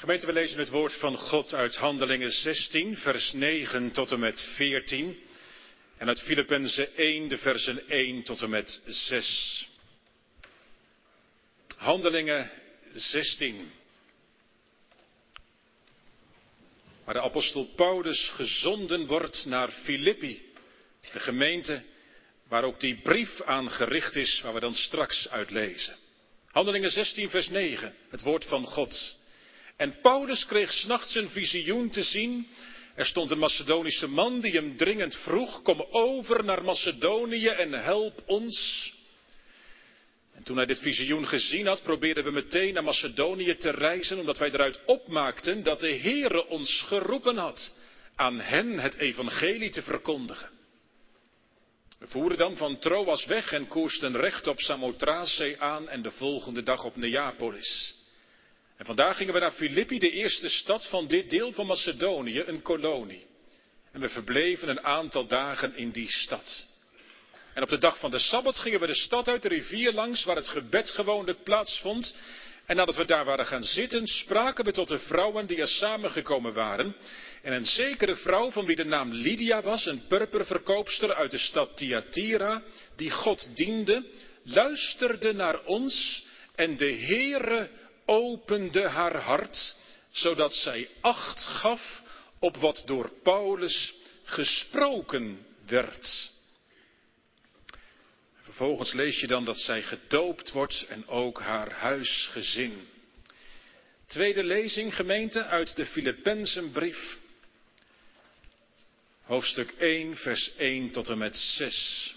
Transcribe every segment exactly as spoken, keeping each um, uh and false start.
Gemeente, we lezen het woord van God uit Handelingen zestien, vers negen tot en met veertien. En uit Filippenzen één, de versen één tot en met zes. Handelingen zestien. Waar de apostel Paulus gezonden wordt naar Filippi, de gemeente waar ook die brief aan gericht is, waar we dan straks uit lezen. Handelingen zestien, vers negen, het woord van God. En Paulus kreeg 's nachts een visioen te zien. Er stond een Macedonische man die hem dringend vroeg: kom over naar Macedonië en help ons. En toen hij dit visioen gezien had, probeerden we meteen naar Macedonië te reizen, omdat wij eruit opmaakten dat de Heere ons geroepen had aan hen het evangelie te verkondigen. We voeren dan van Troas weg en koersten recht op Samothrace aan en de volgende dag op Neapolis. En vandaag gingen we naar Filippi, de eerste stad van dit deel van Macedonië, een kolonie. En we verbleven een aantal dagen in die stad. En op de dag van de Sabbat gingen we de stad uit, de rivier langs, waar het gebed gewoonlijk plaatsvond. En nadat we daar waren gaan zitten, spraken we tot de vrouwen die er samengekomen waren. En een zekere vrouw, van wie de naam Lydia was, een purperverkoopster uit de stad Thyatira, die God diende, luisterde naar ons en de Heere opende haar hart, zodat zij acht gaf op wat door Paulus gesproken werd. Vervolgens lees je dan dat zij gedoopt wordt en ook haar huisgezin. Tweede lezing, gemeente, uit de Filippenzenbrief. Hoofdstuk één, vers één tot en met zes.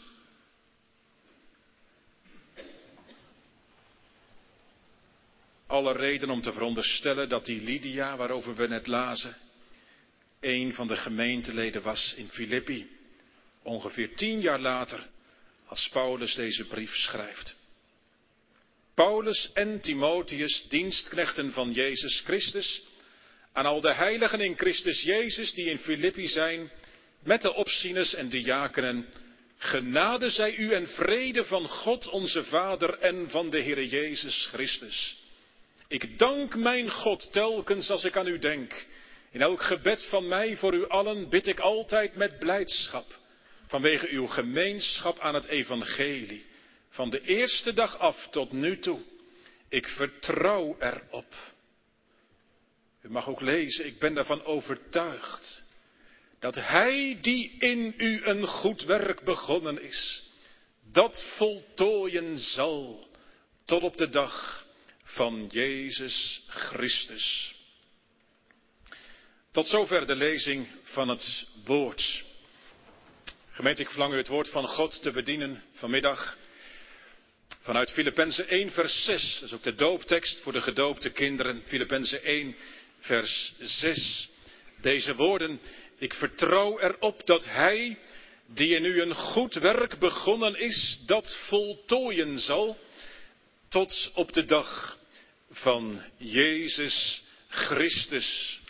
Alle reden om te veronderstellen dat die Lydia, waarover we net lazen, een van de gemeenteleden was in Filippi, ongeveer tien jaar later, als Paulus deze brief schrijft. Paulus en Timotheus, dienstknechten van Jezus Christus, aan al de heiligen in Christus Jezus die in Filippi zijn, met de opzieners en diakenen, genade zij u en vrede van God onze Vader en van de Heere Jezus Christus. Ik dank mijn God telkens als ik aan u denk. In elk gebed van mij voor u allen bid ik altijd met blijdschap, vanwege uw gemeenschap aan het evangelie, van de eerste dag af tot nu toe. Ik vertrouw erop. U mag ook lezen, ik ben daarvan overtuigd, dat hij die in u een goed werk begonnen is, dat voltooien zal tot op de dag van Jezus Christus. Tot zover de lezing van het woord. Gemeente, ik verlang u het woord van God te bedienen vanmiddag vanuit Filippenzen één, vers zes. Dat is ook de dooptekst voor de gedoopte kinderen. Filippenzen één, vers zes. Deze woorden: ik vertrouw erop dat hij die in u een goed werk begonnen is, dat voltooien zal tot op de dag van Jezus Christus.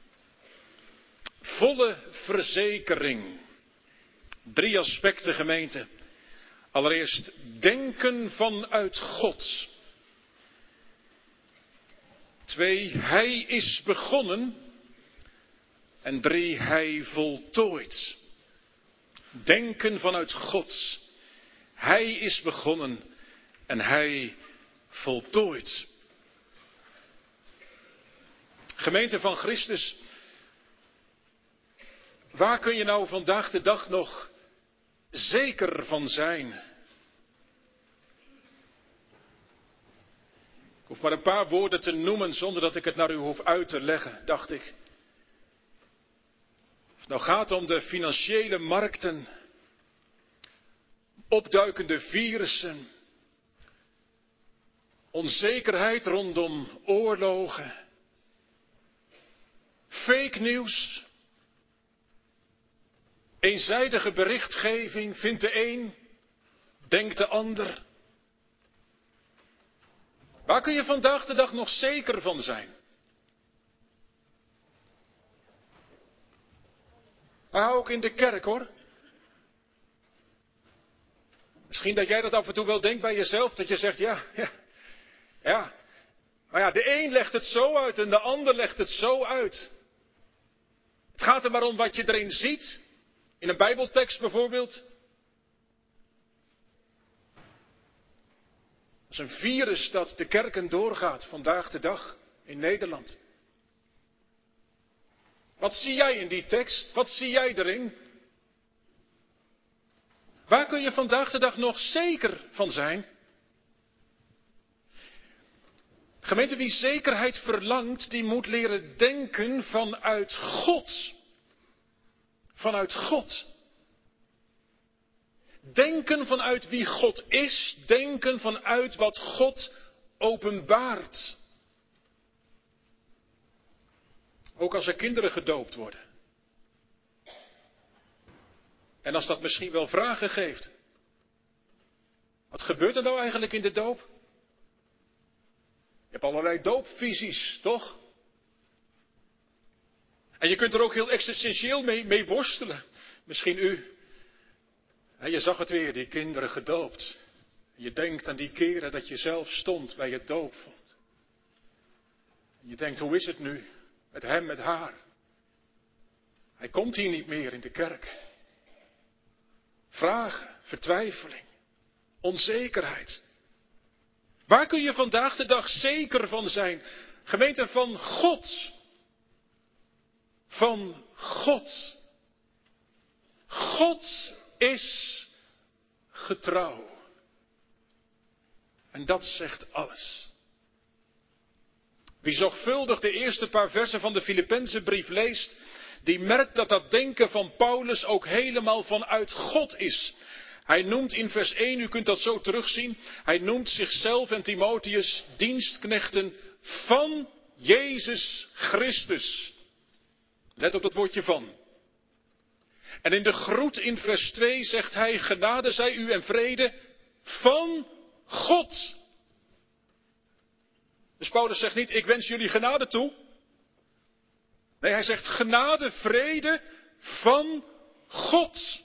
Volle verzekering. Drie aspecten, gemeente. Allereerst denken vanuit God. Twee, hij is begonnen. En drie, hij voltooit. Denken vanuit God. Hij is begonnen en hij voltooit. Gemeente van Christus, waar kun je nou vandaag de dag nog zeker van zijn? Ik hoef maar een paar woorden te noemen zonder dat ik het naar u hoef uit te leggen, dacht ik. Of het nou gaat om de financiële markten, opduikende virussen, onzekerheid rondom oorlogen, fake nieuws, eenzijdige berichtgeving, vindt de een, denkt de ander. Waar kun je vandaag de dag nog zeker van zijn? Maar ook in de kerk, hoor. Misschien dat jij dat af en toe wel denkt bij jezelf, dat je zegt, ja, ja, ja. Maar ja, de een legt het zo uit en de ander legt het zo uit. Het gaat er maar om wat je erin ziet. In een Bijbeltekst bijvoorbeeld. Dat is een virus dat de kerken doorgaat vandaag de dag in Nederland. Wat zie jij in die tekst? Wat zie jij erin? Waar kun je vandaag de dag nog zeker van zijn? Gemeente, wie zekerheid verlangt, die moet leren denken vanuit God. Vanuit God. Denken vanuit wie God is, denken vanuit wat God openbaart. Ook als er kinderen gedoopt worden. En als dat misschien wel vragen geeft. Wat gebeurt er nou eigenlijk in de doop? Je hebt allerlei doopvisies, toch? En je kunt er ook heel existentieel mee, mee worstelen. Misschien u. En je zag het weer, die kinderen gedoopt. Je denkt aan die keren dat je zelf stond bij het doopvond. En je denkt, hoe is het nu met hem, met haar? Hij komt hier niet meer in de kerk. Vragen, vertwijfeling, onzekerheid. Waar kun je vandaag de dag zeker van zijn? Gemeente, van God. Van God. God is getrouw. En dat zegt alles. Wie zorgvuldig de eerste paar versen van de Filippenzenbrief leest, die merkt dat dat denken van Paulus ook helemaal vanuit God is. Hij noemt in vers één, u kunt dat zo terugzien, hij noemt zichzelf en Timotheus dienstknechten van Jezus Christus. Let op dat woordje van. En in de groet in vers twee zegt hij, genade zij u en vrede van God. Dus Paulus zegt niet, ik wens jullie genade toe. Nee, hij zegt genade, vrede van God.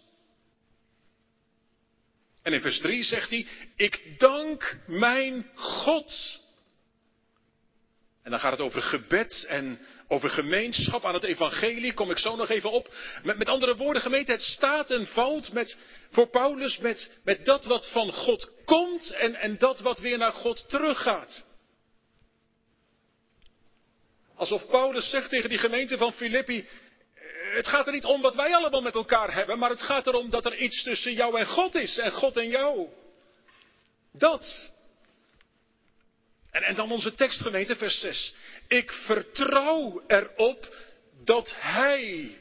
En in vers drie zegt hij, ik dank mijn God. En dan gaat het over gebed en over gemeenschap aan het evangelie, kom ik zo nog even op. Met, met andere woorden, gemeente, het staat en valt met, voor Paulus met, met dat wat van God komt en, en dat wat weer naar God teruggaat. Alsof Paulus zegt tegen die gemeente van Filippi, het gaat er niet om wat wij allemaal met elkaar hebben, maar het gaat erom dat er iets tussen jou en God is en God en jou. Dat. En, en dan onze tekstgemeente, vers zes. Ik vertrouw erop dat Hij,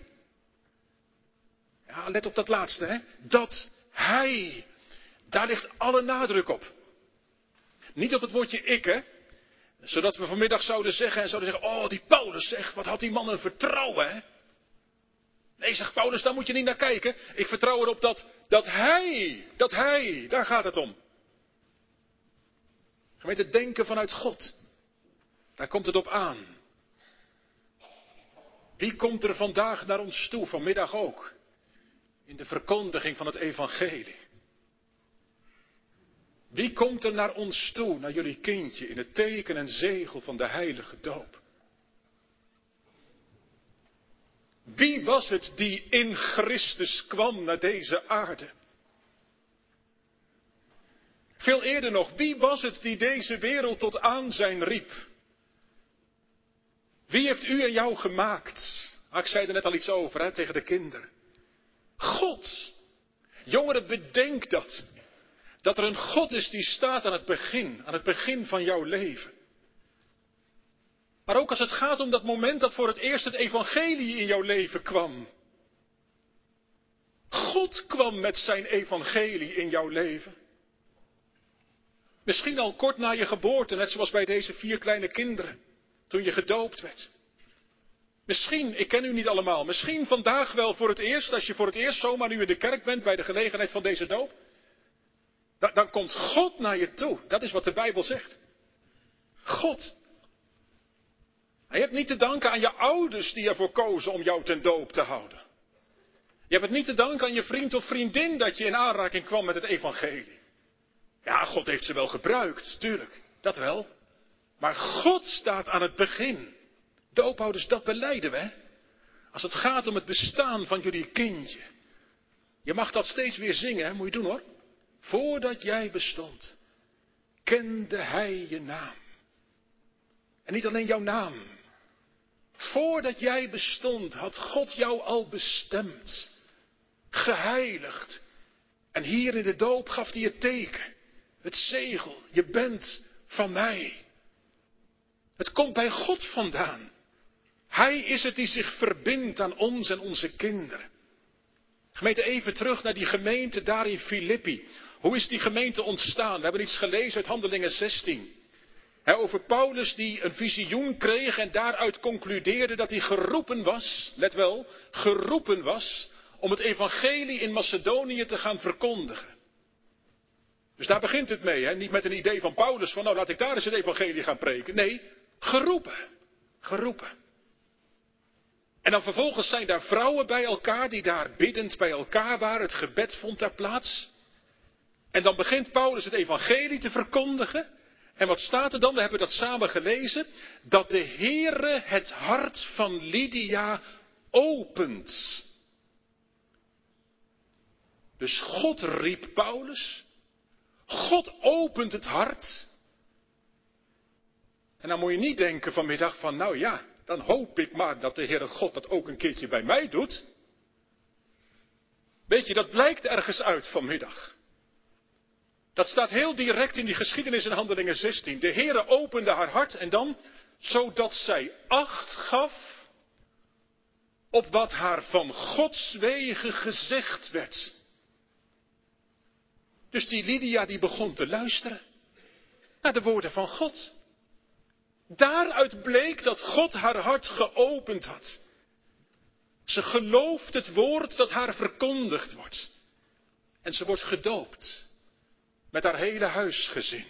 ja, let op dat laatste, hè, dat Hij, daar ligt alle nadruk op. Niet op het woordje ik, hè. Zodat we vanmiddag zouden zeggen en zouden zeggen, oh die Paulus zegt, wat had die man een vertrouwen, hè. Nee, zegt Paulus, daar moet je niet naar kijken. Ik vertrouw erop dat, dat Hij, dat Hij, daar gaat het om. Gemeente, denken vanuit God. Daar komt het op aan. Wie komt er vandaag naar ons toe, vanmiddag ook? In de verkondiging van het evangelie. Wie komt er naar ons toe, naar jullie kindje, in het teken en zegel van de heilige doop? Wie was het die in Christus kwam naar deze aarde? Veel eerder nog, wie was het die deze wereld tot aanzijn riep? Wie heeft u en jou gemaakt? Ah, ik zei er net al iets over, hè, tegen de kinderen. God. Jongeren, bedenk dat. Dat er een God is die staat aan het begin, aan het begin van jouw leven. Maar ook als het gaat om dat moment dat voor het eerst het evangelie in jouw leven kwam. God kwam met zijn evangelie in jouw leven. Misschien al kort na je geboorte, net zoals bij deze vier kleine kinderen, toen je gedoopt werd. Misschien, ik ken u niet allemaal, misschien vandaag wel voor het eerst, als je voor het eerst zomaar nu in de kerk bent bij de gelegenheid van deze doop. Dan, dan komt God naar je toe, dat is wat de Bijbel zegt. God. Je hebt niet te danken aan je ouders die ervoor kozen om jou ten doop te houden. Je hebt het niet te danken aan je vriend of vriendin dat je in aanraking kwam met het evangelie. Ja, God heeft ze wel gebruikt, tuurlijk, dat wel. Maar God staat aan het begin. Doopouders, dat belijden we. Als het gaat om het bestaan van jullie kindje. Je mag dat steeds weer zingen, hè? Moet je doen hoor. Voordat jij bestond, kende hij je naam. En niet alleen jouw naam. Voordat jij bestond, had God jou al bestemd. Geheiligd. En hier in de doop gaf hij het teken. Het zegel. Je bent van mij. Het komt bij God vandaan. Hij is het die zich verbindt aan ons en onze kinderen. Gemeente, even terug naar die gemeente daar in Filippi. Hoe is die gemeente ontstaan? We hebben iets gelezen uit Handelingen zestien. He, over Paulus die een visioen kreeg en daaruit concludeerde dat hij geroepen was, let wel, geroepen was om het evangelie in Macedonië te gaan verkondigen. Dus daar begint het mee, he? Niet met een idee van Paulus van nou laat ik daar eens het evangelie gaan preken. Nee, geroepen, geroepen. En dan vervolgens zijn daar vrouwen bij elkaar die daar biddend bij elkaar waren. Het gebed vond daar plaats. En dan begint Paulus het evangelie te verkondigen. En wat staat er dan? We hebben dat samen gelezen. Dat de Heere het hart van Lydia opent. Dus God riep Paulus. God opent het hart. En dan moet je niet denken vanmiddag van nou ja, dan hoop ik maar dat de Heere God dat ook een keertje bij mij doet. Weet je, dat blijkt ergens uit vanmiddag. Dat staat heel direct in die geschiedenis in Handelingen zestien. De Heere opende haar hart en dan, zodat zij acht gaf op wat haar van Gods wegen gezegd werd. Dus die Lydia die begon te luisteren naar de woorden van God. Daaruit bleek dat God haar hart geopend had. Ze gelooft het woord dat haar verkondigd wordt. En ze wordt gedoopt. Met haar hele huisgezin.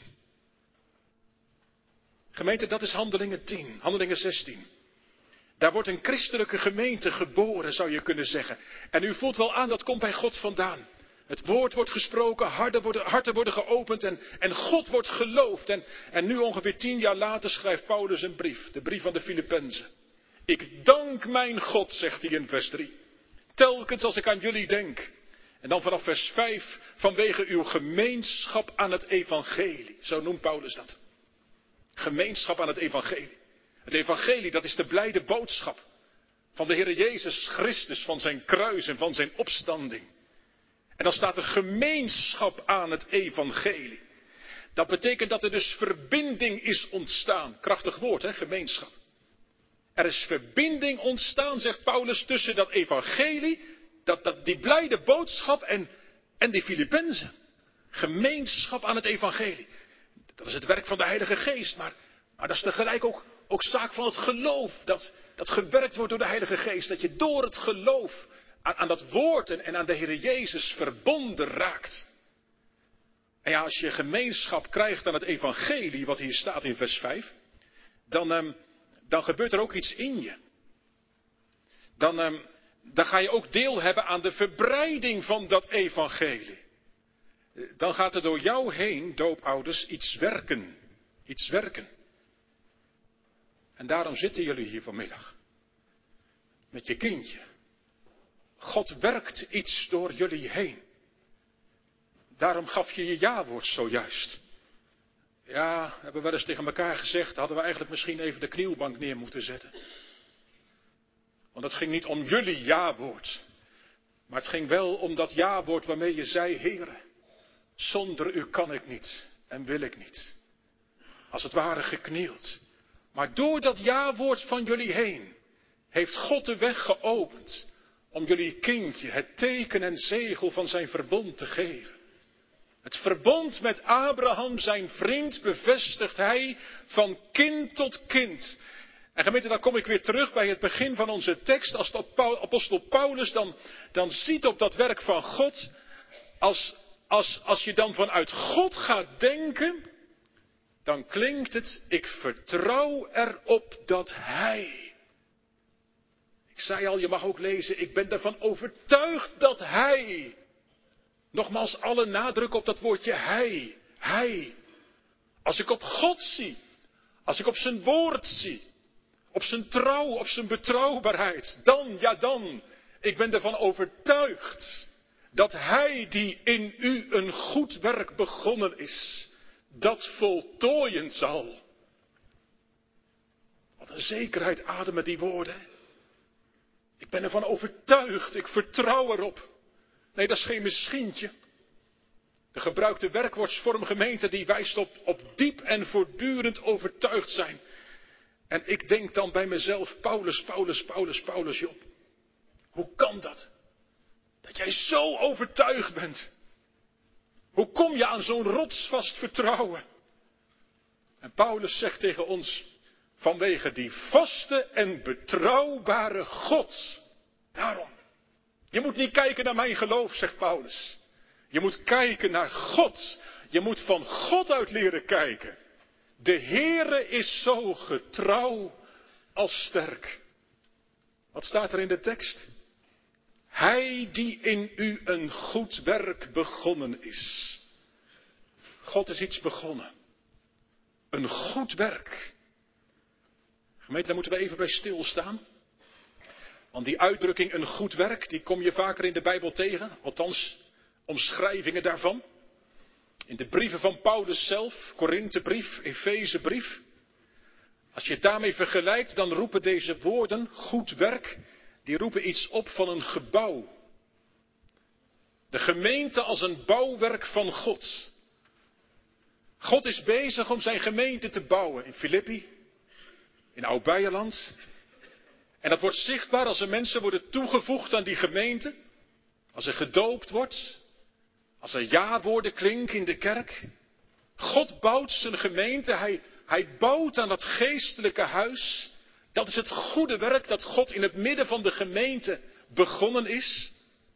Gemeente, dat is Handelingen tien, Handelingen zestien. Daar wordt een christelijke gemeente geboren, zou je kunnen zeggen. En u voelt wel aan, dat komt bij God vandaan. Het woord wordt gesproken, harten worden, harten worden geopend en, en God wordt geloofd. En, en nu ongeveer tien jaar later schrijft Paulus een brief, de brief van de Filippenzen. Ik dank mijn God, zegt hij in vers drie. Telkens als ik aan jullie denk. En dan vanaf vers vijf, vanwege uw gemeenschap aan het evangelie. Zo noemt Paulus dat. Gemeenschap aan het evangelie. Het evangelie, dat is de blijde boodschap van de Heer Jezus Christus, van zijn kruis en van zijn opstanding. En dan staat er gemeenschap aan het evangelie. Dat betekent dat er dus verbinding is ontstaan. Krachtig woord, hè, gemeenschap. Er is verbinding ontstaan, zegt Paulus, tussen dat evangelie, dat, dat, die blijde boodschap en, en die Filippenzen. Gemeenschap aan het evangelie. Dat is het werk van de Heilige Geest, maar, maar dat is tegelijk ook, ook zaak van het geloof. Dat, dat gewerkt wordt door de Heilige Geest. Dat je door het geloof aan, aan dat woord en, en aan de Heer Jezus verbonden raakt. En ja, als je gemeenschap krijgt aan het evangelie, wat hier staat in vers vijf, dan, um, dan gebeurt er ook iets in je. Dan, um, dan ga je ook deel hebben aan de verbreiding van dat evangelie. Dan gaat er door jou heen, doopouders, iets werken. Iets werken. En daarom zitten jullie hier vanmiddag. Met je kindje. God werkt iets door jullie heen. Daarom gaf je je ja-woord zojuist. Ja, hebben we wel eens tegen elkaar gezegd, hadden we eigenlijk misschien even de knielbank neer moeten zetten. Want het ging niet om jullie ja-woord. Maar het ging wel om dat ja-woord waarmee je zei, Heere, zonder u kan ik niet en wil ik niet. Als het ware geknield. Maar door dat ja-woord van jullie heen heeft God de weg geopend om jullie kindje het teken en zegel van zijn verbond te geven. Het verbond met Abraham, zijn vriend, bevestigt hij van kind tot kind. En gemeente, dan kom ik weer terug bij het begin van onze tekst. Als de apostel Paulus dan, dan ziet op dat werk van God. Als, als, als je dan vanuit God gaat denken, dan klinkt het, ik vertrouw erop dat hij. Ik zei al, je mag ook lezen, ik ben ervan overtuigd dat hij. Nogmaals, alle nadruk op dat woordje hij. Hij. Als ik op God zie. Als ik op zijn woord zie, op zijn trouw, op zijn betrouwbaarheid, dan, ja dan, ik ben ervan overtuigd dat hij die in u een goed werk begonnen is, dat voltooien zal. Wat een zekerheid ademen die woorden. Ik ben ervan overtuigd, ik vertrouw erop. Nee, dat is geen misschientje. De gebruikte werkwoordsvorm gemeente die wijst op, op diep en voortdurend overtuigd zijn. En ik denk dan bij mezelf, Paulus, Paulus, Paulus, Paulus, Job. Hoe kan dat? Dat jij zo overtuigd bent. Hoe kom je aan zo'n rotsvast vertrouwen? En Paulus zegt tegen ons, vanwege die vaste en betrouwbare God. Daarom. Je moet niet kijken naar mijn geloof, zegt Paulus. Je moet kijken naar God. Je moet van God uit leren kijken. De Heere is zo getrouw als sterk. Wat staat er in de tekst? Hij die in u een goed werk begonnen is. God is iets begonnen. Een goed werk. Gemeente, daar moeten we even bij stilstaan. Want die uitdrukking een goed werk, die kom je vaker in de Bijbel tegen. Althans, omschrijvingen daarvan. In de brieven van Paulus zelf, Korinthebrief, Efezebrief. Als je het daarmee vergelijkt, dan roepen deze woorden, goed werk, die roepen iets op van een gebouw. De gemeente als een bouwwerk van God. God is bezig om zijn gemeente te bouwen in Filippi, in Oud-Beierland. En dat wordt zichtbaar als er mensen worden toegevoegd aan die gemeente. Als er gedoopt wordt. Als er ja-woorden klinken in de kerk. God bouwt zijn gemeente. Hij, hij bouwt aan dat geestelijke huis. Dat is het goede werk dat God in het midden van de gemeente begonnen is.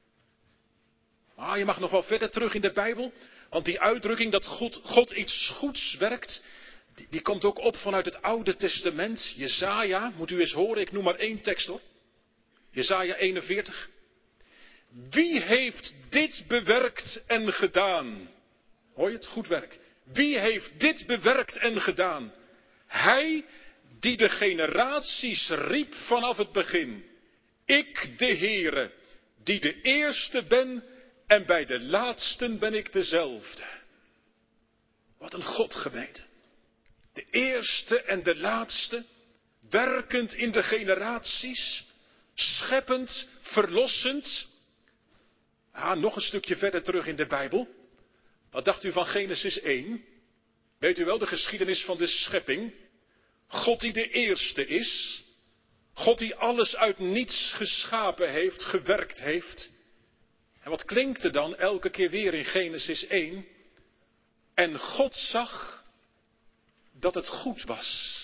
Maar je mag nog wel verder terug in de Bijbel. Want die uitdrukking dat God, God iets goeds werkt. Die, die komt ook op vanuit het Oude Testament. Jesaja, moet u eens horen, ik noem maar één tekst hoor. Jesaja eenenveertig. Wie heeft dit bewerkt en gedaan? Hoor je het? Goed werk. Wie heeft dit bewerkt en gedaan? Hij die de generaties riep vanaf het begin. Ik de Heere, die de eerste ben en bij de laatsten ben ik dezelfde. Wat een God, gemeente. De eerste en de laatste, werkend in de generaties, scheppend, verlossend. Ah, nog een stukje verder terug in de Bijbel. Wat dacht u van Genesis één? Weet u wel, de geschiedenis van de schepping? God die de eerste is. God die alles uit niets geschapen heeft, gewerkt heeft. En wat klinkt er dan elke keer weer in Genesis één? En God zag dat het goed was.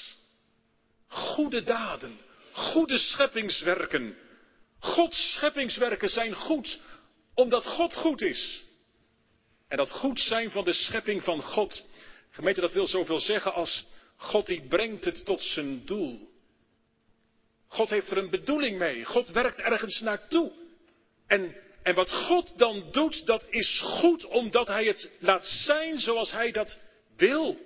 Goede daden, goede scheppingswerken. Gods scheppingswerken zijn goed, omdat God goed is. En dat goed zijn van de schepping van God, gemeente, dat wil zoveel zeggen als God die brengt het tot zijn doel. God heeft er een bedoeling mee. God werkt ergens naartoe. En, en wat God dan doet, dat is goed omdat hij het laat zijn zoals hij dat wil.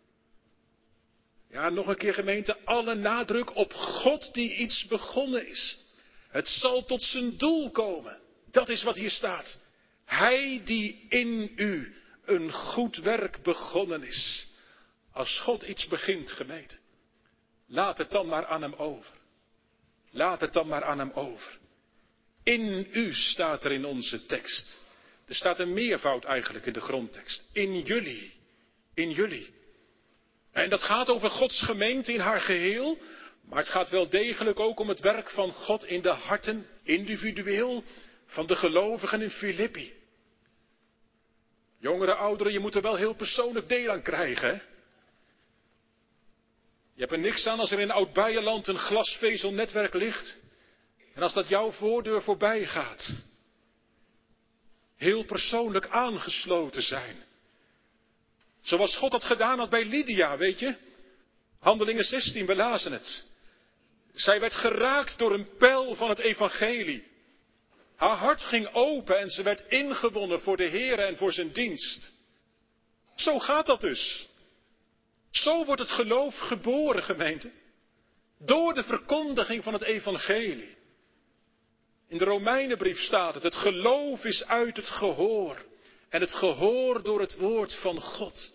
Ja, nog een keer gemeente, alle nadruk op God die iets begonnen is. Het zal tot zijn doel komen. Dat is wat hier staat. Hij die in u een goed werk begonnen is. Als God iets begint, gemeente, laat het dan maar aan hem over. Laat het dan maar aan hem over. In u staat er in onze tekst. Er staat een meervoud eigenlijk in de grondtekst. In jullie. In jullie. En dat gaat over Gods gemeente in haar geheel. Maar het gaat wel degelijk ook om het werk van God in de harten, individueel, van de gelovigen in Filippi. Jongeren, ouderen, je moet er wel heel persoonlijk deel aan krijgen. Hè? Je hebt er niks aan als er in Oud-Beierland een glasvezelnetwerk ligt. En als dat jouw voordeur voorbij gaat. Heel persoonlijk aangesloten zijn. Zoals God dat gedaan had bij Lydia, weet je. Handelingen zestien, we lazen het. Zij werd geraakt door een pijl van het evangelie. Haar hart ging open en ze werd ingewonnen voor de Heere en voor zijn dienst. Zo gaat dat dus. Zo wordt het geloof geboren, gemeente. Door de verkondiging van het evangelie. In de Romeinenbrief staat het, het geloof is uit het gehoor. En het gehoor door het woord van God.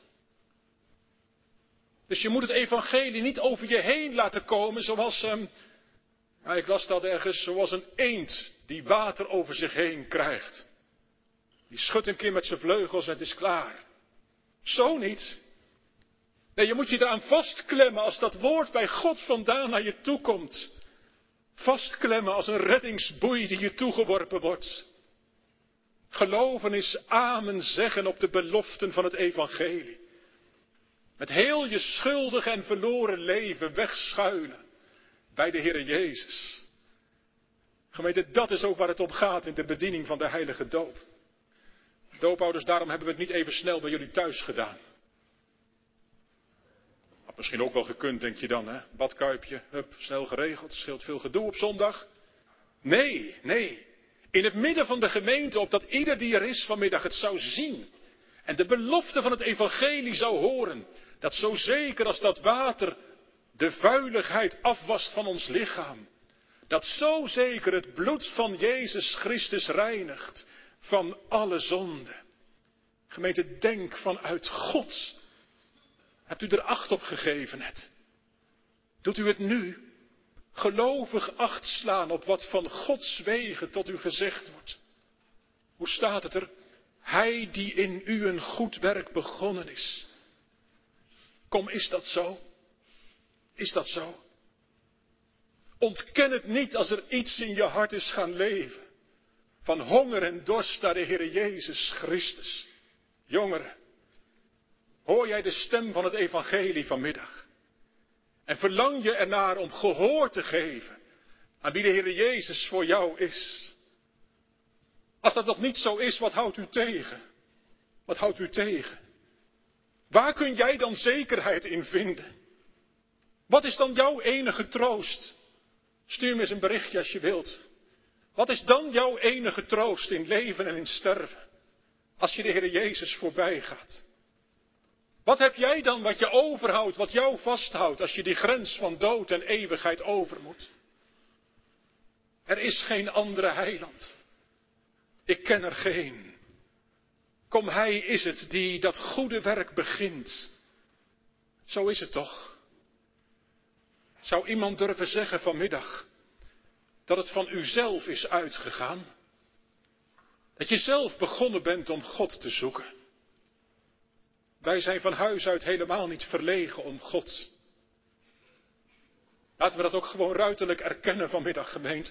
Dus je moet het evangelie niet over je heen laten komen zoals, um, nou, ik las dat ergens, zoals een eend die water over zich heen krijgt. Die schudt een keer met zijn vleugels en het is klaar. Zo niet. Nee, je moet je eraan vastklemmen als dat woord bij God vandaan naar je toe komt. Vastklemmen als een reddingsboei die je toegeworpen wordt. Geloven is amen zeggen op de beloften van het evangelie. Met heel je schuldige en verloren leven wegschuilen bij de Heere Jezus. Gemeente, dat is ook waar het om gaat in de bediening van de heilige doop. Doopouders, daarom hebben we het niet even snel bij jullie thuis gedaan. Had misschien ook wel gekund, denk je dan, hè? Badkuipje, hup, snel geregeld, scheelt veel gedoe op zondag. Nee, nee. In het midden van de gemeente, opdat ieder die er is vanmiddag het zou zien. En de belofte van het evangelie zou horen. Dat zo zeker als dat water de vuiligheid afwast van ons lichaam. Dat zo zeker het bloed van Jezus Christus reinigt van alle zonde. Gemeente, denk vanuit God. Hebt u er acht op gegeven net? Doet u het nu? Gelovig acht slaan op wat van Gods wegen tot u gezegd wordt. Hoe staat het er? Hij die in u een goed werk begonnen is. Kom, is dat zo? Is dat zo? Ontken het niet als er iets in je hart is gaan leven. Van honger en dorst naar de Heere Jezus Christus. Jongeren, hoor jij de stem van het evangelie vanmiddag? En verlang je ernaar om gehoor te geven aan wie de Heere Jezus voor jou is? Als dat nog niet zo is, wat houdt u tegen? Wat houdt u tegen? Waar kun jij dan zekerheid in vinden? Wat is dan jouw enige troost? Stuur me eens een berichtje als je wilt. Wat is dan jouw enige troost in leven en in sterven? Als je de Heere Jezus voorbij gaat. Wat heb jij dan wat je overhoudt, wat jou vasthoudt als je die grens van dood en eeuwigheid over moet? Er is geen andere heiland. Ik ken er geen. Kom, hij is het die dat goede werk begint. Zo is het toch? Zou iemand durven zeggen vanmiddag dat het van uzelf is uitgegaan? Dat je zelf begonnen bent om God te zoeken. Wij zijn van huis uit helemaal niet verlegen om God. Laten we dat ook gewoon ruiterlijk erkennen vanmiddag, gemeente.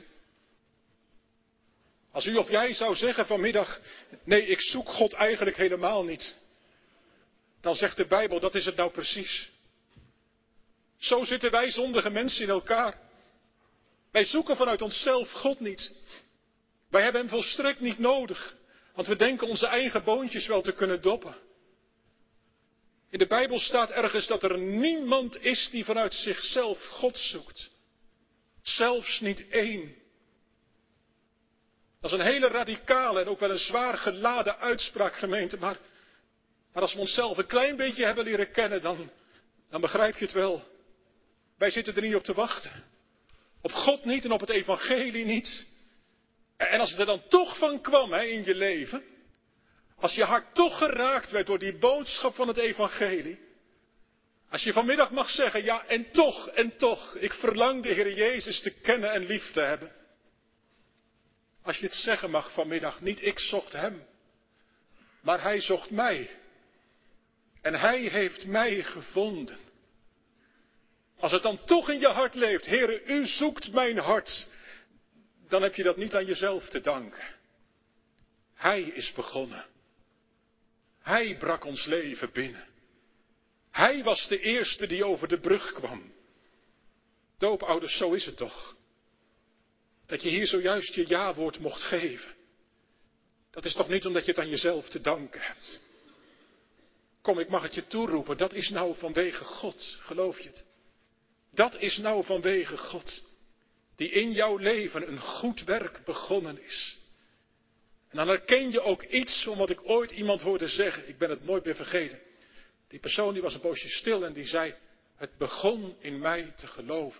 Als u of jij zou zeggen vanmiddag, nee, ik zoek God eigenlijk helemaal niet. Dan zegt de Bijbel, dat is het nou precies. Zo zitten wij zondige mensen in elkaar. Wij zoeken vanuit onszelf God niet. Wij hebben hem volstrekt niet nodig. Want we denken onze eigen boontjes wel te kunnen doppen. In de Bijbel staat ergens dat er niemand is die vanuit zichzelf God zoekt. Zelfs niet één. Dat is een hele radicale en ook wel een zwaar geladen uitspraak, gemeente. Maar, maar als we onszelf een klein beetje hebben leren kennen, dan, dan begrijp je het wel. Wij zitten er niet op te wachten. Op God niet en op het evangelie niet. En als het er dan toch van kwam, hè, in je leven. Als je hart toch geraakt werd door die boodschap van het evangelie. Als je vanmiddag mag zeggen, ja en toch, en toch. Ik verlang de Heer Jezus te kennen en lief te hebben. Als je het zeggen mag vanmiddag, niet ik zocht hem. Maar hij zocht mij. En hij heeft mij gevonden. Als het dan toch in je hart leeft, Heere, u zoekt mijn hart. Dan heb je dat niet aan jezelf te danken. Hij is begonnen. Hij brak ons leven binnen. Hij was de eerste die over de brug kwam. Doopouders, zo is het toch. Dat je hier zojuist je ja-woord mocht geven. Dat is toch niet omdat je het aan jezelf te danken hebt. Kom, ik mag het je toeroepen. Dat is nou vanwege God. Geloof je het? Dat is nou vanwege God. Die in jouw leven een goed werk begonnen is. En dan herken je ook iets van wat ik ooit iemand hoorde zeggen. Ik ben het nooit meer vergeten. Die persoon die was een poosje stil en die zei, het begon in mij te geloven.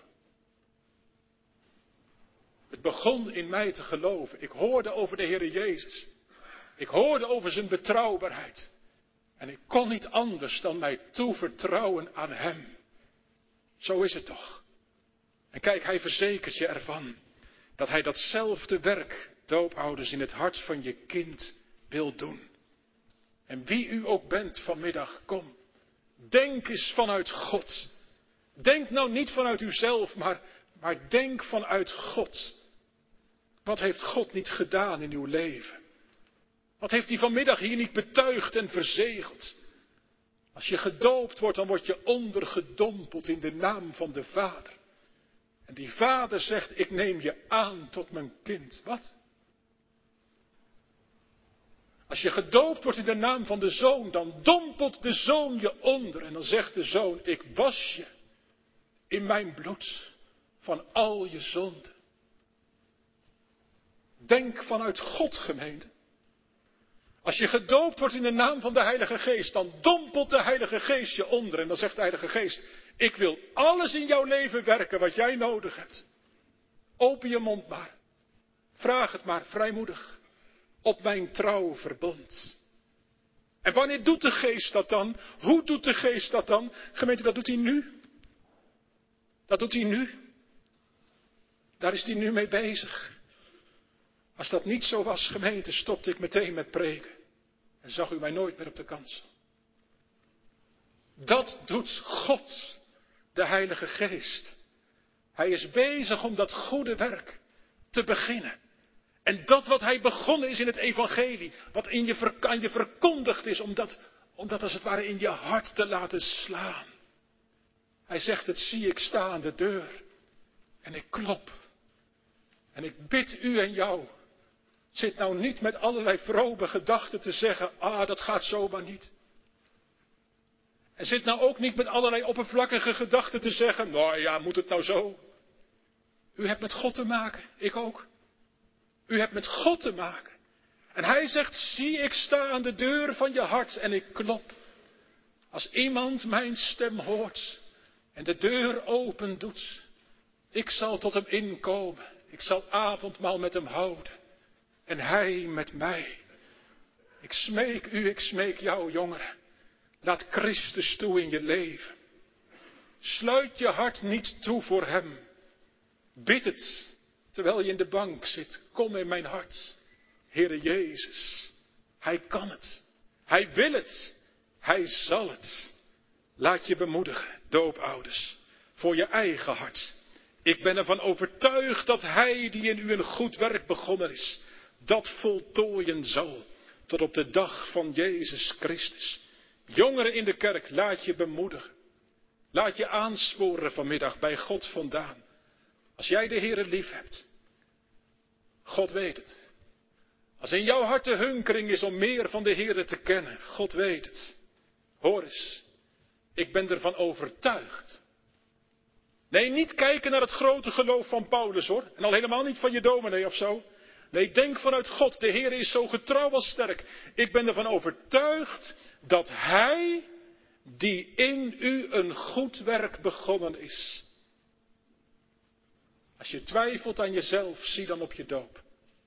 Het begon in mij te geloven. Ik hoorde over de Heere Jezus. Ik hoorde over zijn betrouwbaarheid. En ik kon niet anders dan mij toevertrouwen aan hem. Zo is het toch. En kijk, hij verzekert je ervan dat hij datzelfde werk, doopouders, in het hart van je kind wil doen. En wie u ook bent vanmiddag, kom. Denk eens vanuit God. Denk nou niet vanuit uzelf, maar, maar denk vanuit God. Wat heeft God niet gedaan in uw leven? Wat heeft hij vanmiddag hier niet betuigd en verzegeld? Als je gedoopt wordt, dan word je ondergedompeld in de naam van de Vader. En die Vader zegt, ik neem je aan tot mijn kind. Wat? Als je gedoopt wordt in de naam van de Zoon, dan dompelt de Zoon je onder. En dan zegt de Zoon, ik was je in mijn bloed van al je zonden. Denk vanuit God, gemeente. Als je gedoopt wordt in de naam van de Heilige Geest, dan dompelt de Heilige Geest je onder. En dan zegt de Heilige Geest, ik wil alles in jouw leven werken wat jij nodig hebt. Open je mond maar. Vraag het maar vrijmoedig. Op mijn trouw verbond. En wanneer doet de Geest dat dan? Hoe doet de Geest dat dan? Gemeente, dat doet hij nu. Dat doet hij nu. Daar is hij nu mee bezig. Als dat niet zo was, gemeente, stopte ik meteen met preken. En zag u mij nooit meer op de kansel. Dat doet God, de Heilige Geest. Hij is bezig om dat goede werk te beginnen. En dat wat hij begonnen is in het evangelie, wat in je, aan je verkondigd is, om dat, om dat als het ware in je hart te laten slaan. Hij zegt, het zie ik sta aan de deur. En ik klop. En ik bid u en jou. Zit nou niet met allerlei vrome gedachten te zeggen, ah, dat gaat zomaar niet. En zit nou ook niet met allerlei oppervlakkige gedachten te zeggen, nou ja, moet het nou zo? U hebt met God te maken, ik ook. U hebt met God te maken. En hij zegt, zie, ik sta aan de deur van je hart en ik klop. Als iemand mijn stem hoort en de deur open doet, ik zal tot hem inkomen. Ik zal avondmaal met hem houden. En hij met mij. Ik smeek u, ik smeek jou, jongeren. Laat Christus toe in je leven. Sluit je hart niet toe voor hem. Bid het, terwijl je in de bank zit. Kom in mijn hart. Heere Jezus, hij kan het. Hij wil het. Hij zal het. Laat je bemoedigen, doopouders, voor je eigen hart. Ik ben ervan overtuigd dat hij die in u een goed werk begonnen is, dat voltooien zal tot op de dag van Jezus Christus. Jongeren in de kerk, laat je bemoedigen. Laat je aansporen vanmiddag bij God vandaan. Als jij de Heere lief hebt, God weet het. Als in jouw hart de hunkering is om meer van de Heere te kennen, God weet het. Hoor eens, ik ben ervan overtuigd. Nee, niet kijken naar het grote geloof van Paulus hoor. En al helemaal niet van je dominee of zo. Nee, denk vanuit God. De Heer is zo getrouw als sterk. Ik ben ervan overtuigd dat Hij, die in u een goed werk begonnen is. Als je twijfelt aan jezelf, zie dan op je doop.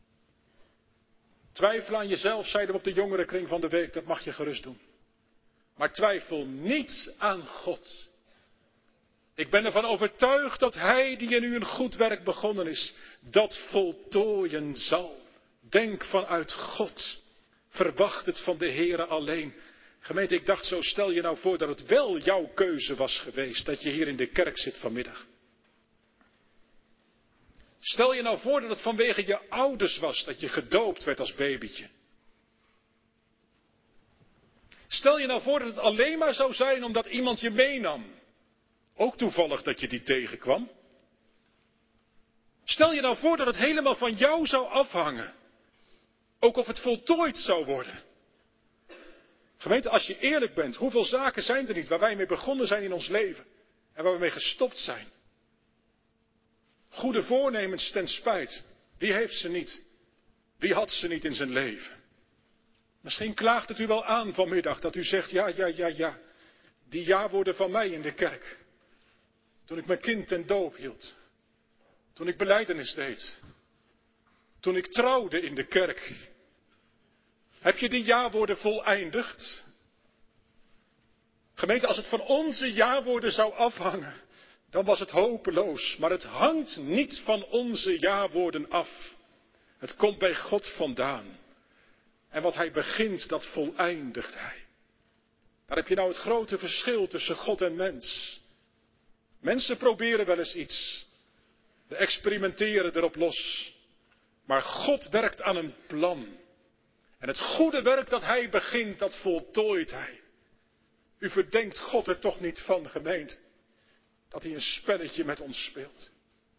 Twijfel aan jezelf, zeiden we op de jongerenkring van de week, dat mag je gerust doen. Maar twijfel niet aan God. Ik ben ervan overtuigd dat Hij die in u een goed werk begonnen is, dat voltooien zal. Denk vanuit God. Verwacht het van de Heere alleen. Gemeente, ik dacht zo, stel je nou voor dat het wel jouw keuze was geweest, dat je hier in de kerk zit vanmiddag. Stel je nou voor dat het vanwege je ouders was, dat je gedoopt werd als babytje. Stel je nou voor dat het alleen maar zou zijn omdat iemand je meenam. Ook toevallig dat je die tegenkwam. Stel je nou voor dat het helemaal van jou zou afhangen. Ook of het voltooid zou worden. Gemeente, als je eerlijk bent, hoeveel zaken zijn er niet waar wij mee begonnen zijn in ons leven. En waar we mee gestopt zijn. Goede voornemens ten spijt. Wie heeft ze niet? Wie had ze niet in zijn leven? Misschien klaagt het u wel aan vanmiddag dat u zegt, ja, ja, ja, ja. die jawoorden van mij in de kerk. Toen ik mijn kind ten doop hield. Toen ik belijdenis deed. Toen ik trouwde in de kerk. Heb je die jawoorden voleindigd? Gemeente, als het van onze jawoorden zou afhangen, dan was het hopeloos. Maar het hangt niet van onze jawoorden af. Het komt bij God vandaan. En wat hij begint, dat voleindigt hij. Daar heb je nou het grote verschil tussen God en mens. Mensen proberen wel eens iets. We experimenteren erop los. Maar God werkt aan een plan. En het goede werk dat hij begint, dat voltooit hij. U verdenkt God er toch niet van, gemeente, dat hij een spelletje met ons speelt.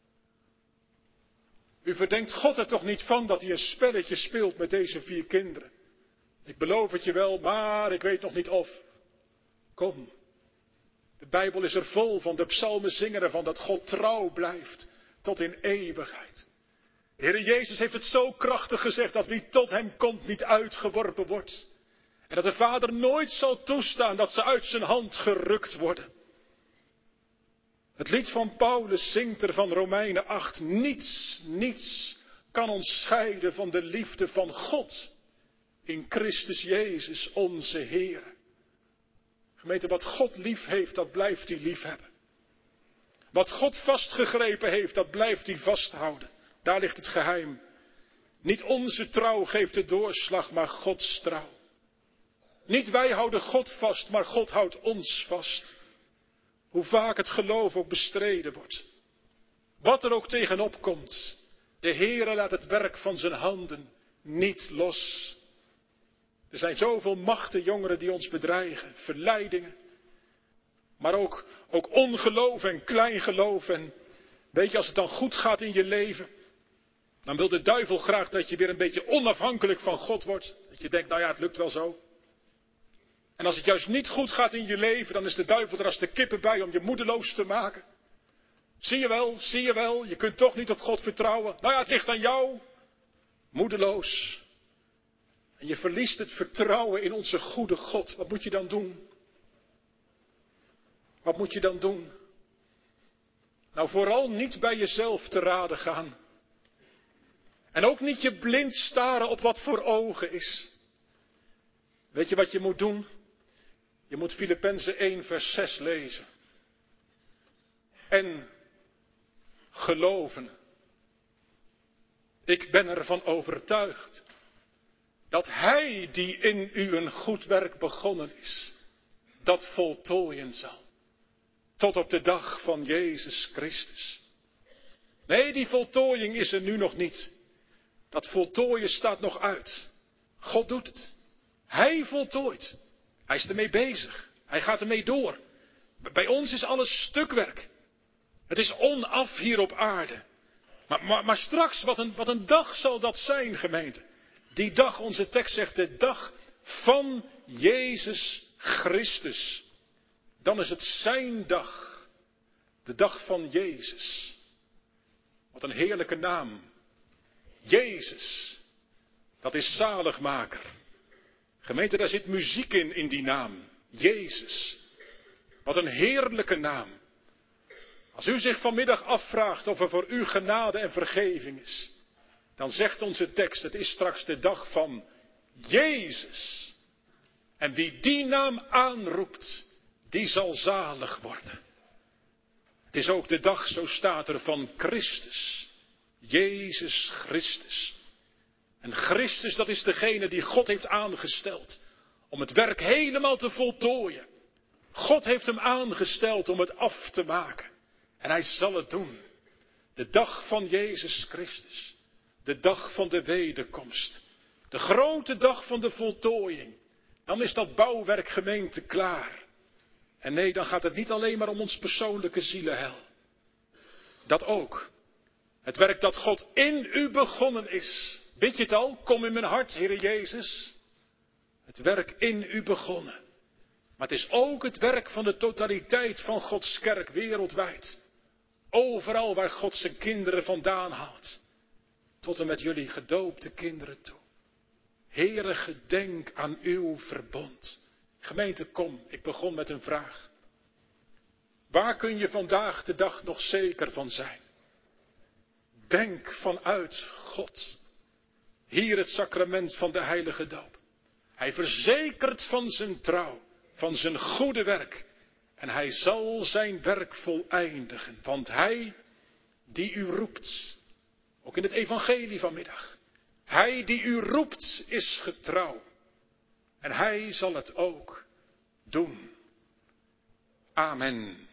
U verdenkt God er toch niet van dat hij een spelletje speelt met deze vier kinderen. Ik beloof het je wel, maar ik weet nog niet of. Kom, de Bijbel is er vol van, de psalmen zingen ervan dat God trouw blijft tot in eeuwigheid. De Heer Jezus heeft het zo krachtig gezegd dat wie tot hem komt niet uitgeworpen wordt. En dat de Vader nooit zal toestaan dat ze uit zijn hand gerukt worden. Het lied van Paulus zingt er van Romeinen acht. Niets, niets kan ons scheiden van de liefde van God in Christus Jezus onze Heer. Gemeente, wat God lief heeft, dat blijft hij lief hebben. Wat God vastgegrepen heeft, dat blijft hij vasthouden. Daar ligt het geheim. Niet onze trouw geeft de doorslag, maar Gods trouw. Niet wij houden God vast, maar God houdt ons vast. Hoe vaak het geloof ook bestreden wordt. Wat er ook tegenop komt. De Heere laat het werk van zijn handen niet los. Er zijn zoveel machten, jongeren, die ons bedreigen. Verleidingen. Maar ook, ook ongeloof en kleingeloof. En weet je, als het dan goed gaat in je leven, dan wil de duivel graag dat je weer een beetje onafhankelijk van God wordt. Dat je denkt, nou ja, het lukt wel zo. En als het juist niet goed gaat in je leven, dan is de duivel er als de kippen bij om je moedeloos te maken. Zie je wel, zie je wel, je kunt toch niet op God vertrouwen. Nou ja, het ligt aan jou. Moedeloos. En je verliest het vertrouwen in onze goede God. Wat moet je dan doen? Wat moet je dan doen? Nou, vooral niet bij jezelf te raden gaan. En ook niet je blind staren op wat voor ogen is. Weet je wat je moet doen? Je moet Filippenzen één vers zes lezen. En geloven. Ik ben ervan overtuigd dat hij die in u een goed werk begonnen is, dat voltooien zal. Tot op de dag van Jezus Christus. Nee, die voltooiing is er nu nog niet. Dat voltooien staat nog uit. God doet het. Hij voltooit. Hij is ermee bezig. Hij gaat ermee door. Bij ons is alles stukwerk. Het is onaf hier op aarde. Maar, maar, maar straks, wat een, wat een dag zal dat zijn, gemeente. Die dag, onze tekst zegt, de dag van Jezus Christus. Dan is het zijn dag. De dag van Jezus. Wat een heerlijke naam. Jezus. Dat is zaligmaker. Gemeente, daar zit muziek in, in die naam. Jezus. Wat een heerlijke naam. Als u zich vanmiddag afvraagt of er voor u genade en vergeving is, dan zegt onze tekst, het is straks de dag van Jezus. En wie die naam aanroept, die zal zalig worden. Het is ook de dag, zo staat er, van Christus. Jezus Christus. En Christus, dat is degene die God heeft aangesteld om het werk helemaal te voltooien. God heeft hem aangesteld om het af te maken. En hij zal het doen. De dag van Jezus Christus. De dag van de wederkomst. De grote dag van de voltooiing. Dan is dat bouwwerk, gemeente, klaar. En nee, dan gaat het niet alleen maar om ons persoonlijke zielenheil. Dat ook. Het werk dat God in u begonnen is. Bid je het al? Kom in mijn hart, Heere Jezus. Het werk in u begonnen. Maar het is ook het werk van de totaliteit van Gods kerk wereldwijd. Overal waar God zijn kinderen vandaan haalt. Tot en met jullie gedoopte kinderen toe. Heere, gedenk aan uw verbond. Gemeente, kom, ik begon met een vraag. Waar kun je vandaag de dag nog zeker van zijn? Denk vanuit God. Hier het sacrament van de heilige doop. Hij verzekert van zijn trouw, van zijn goede werk. En hij zal zijn werk voleindigen. Want hij die u roept, ook in het evangelie vanmiddag. Hij die u roept is getrouw. En hij zal het ook doen. Amen.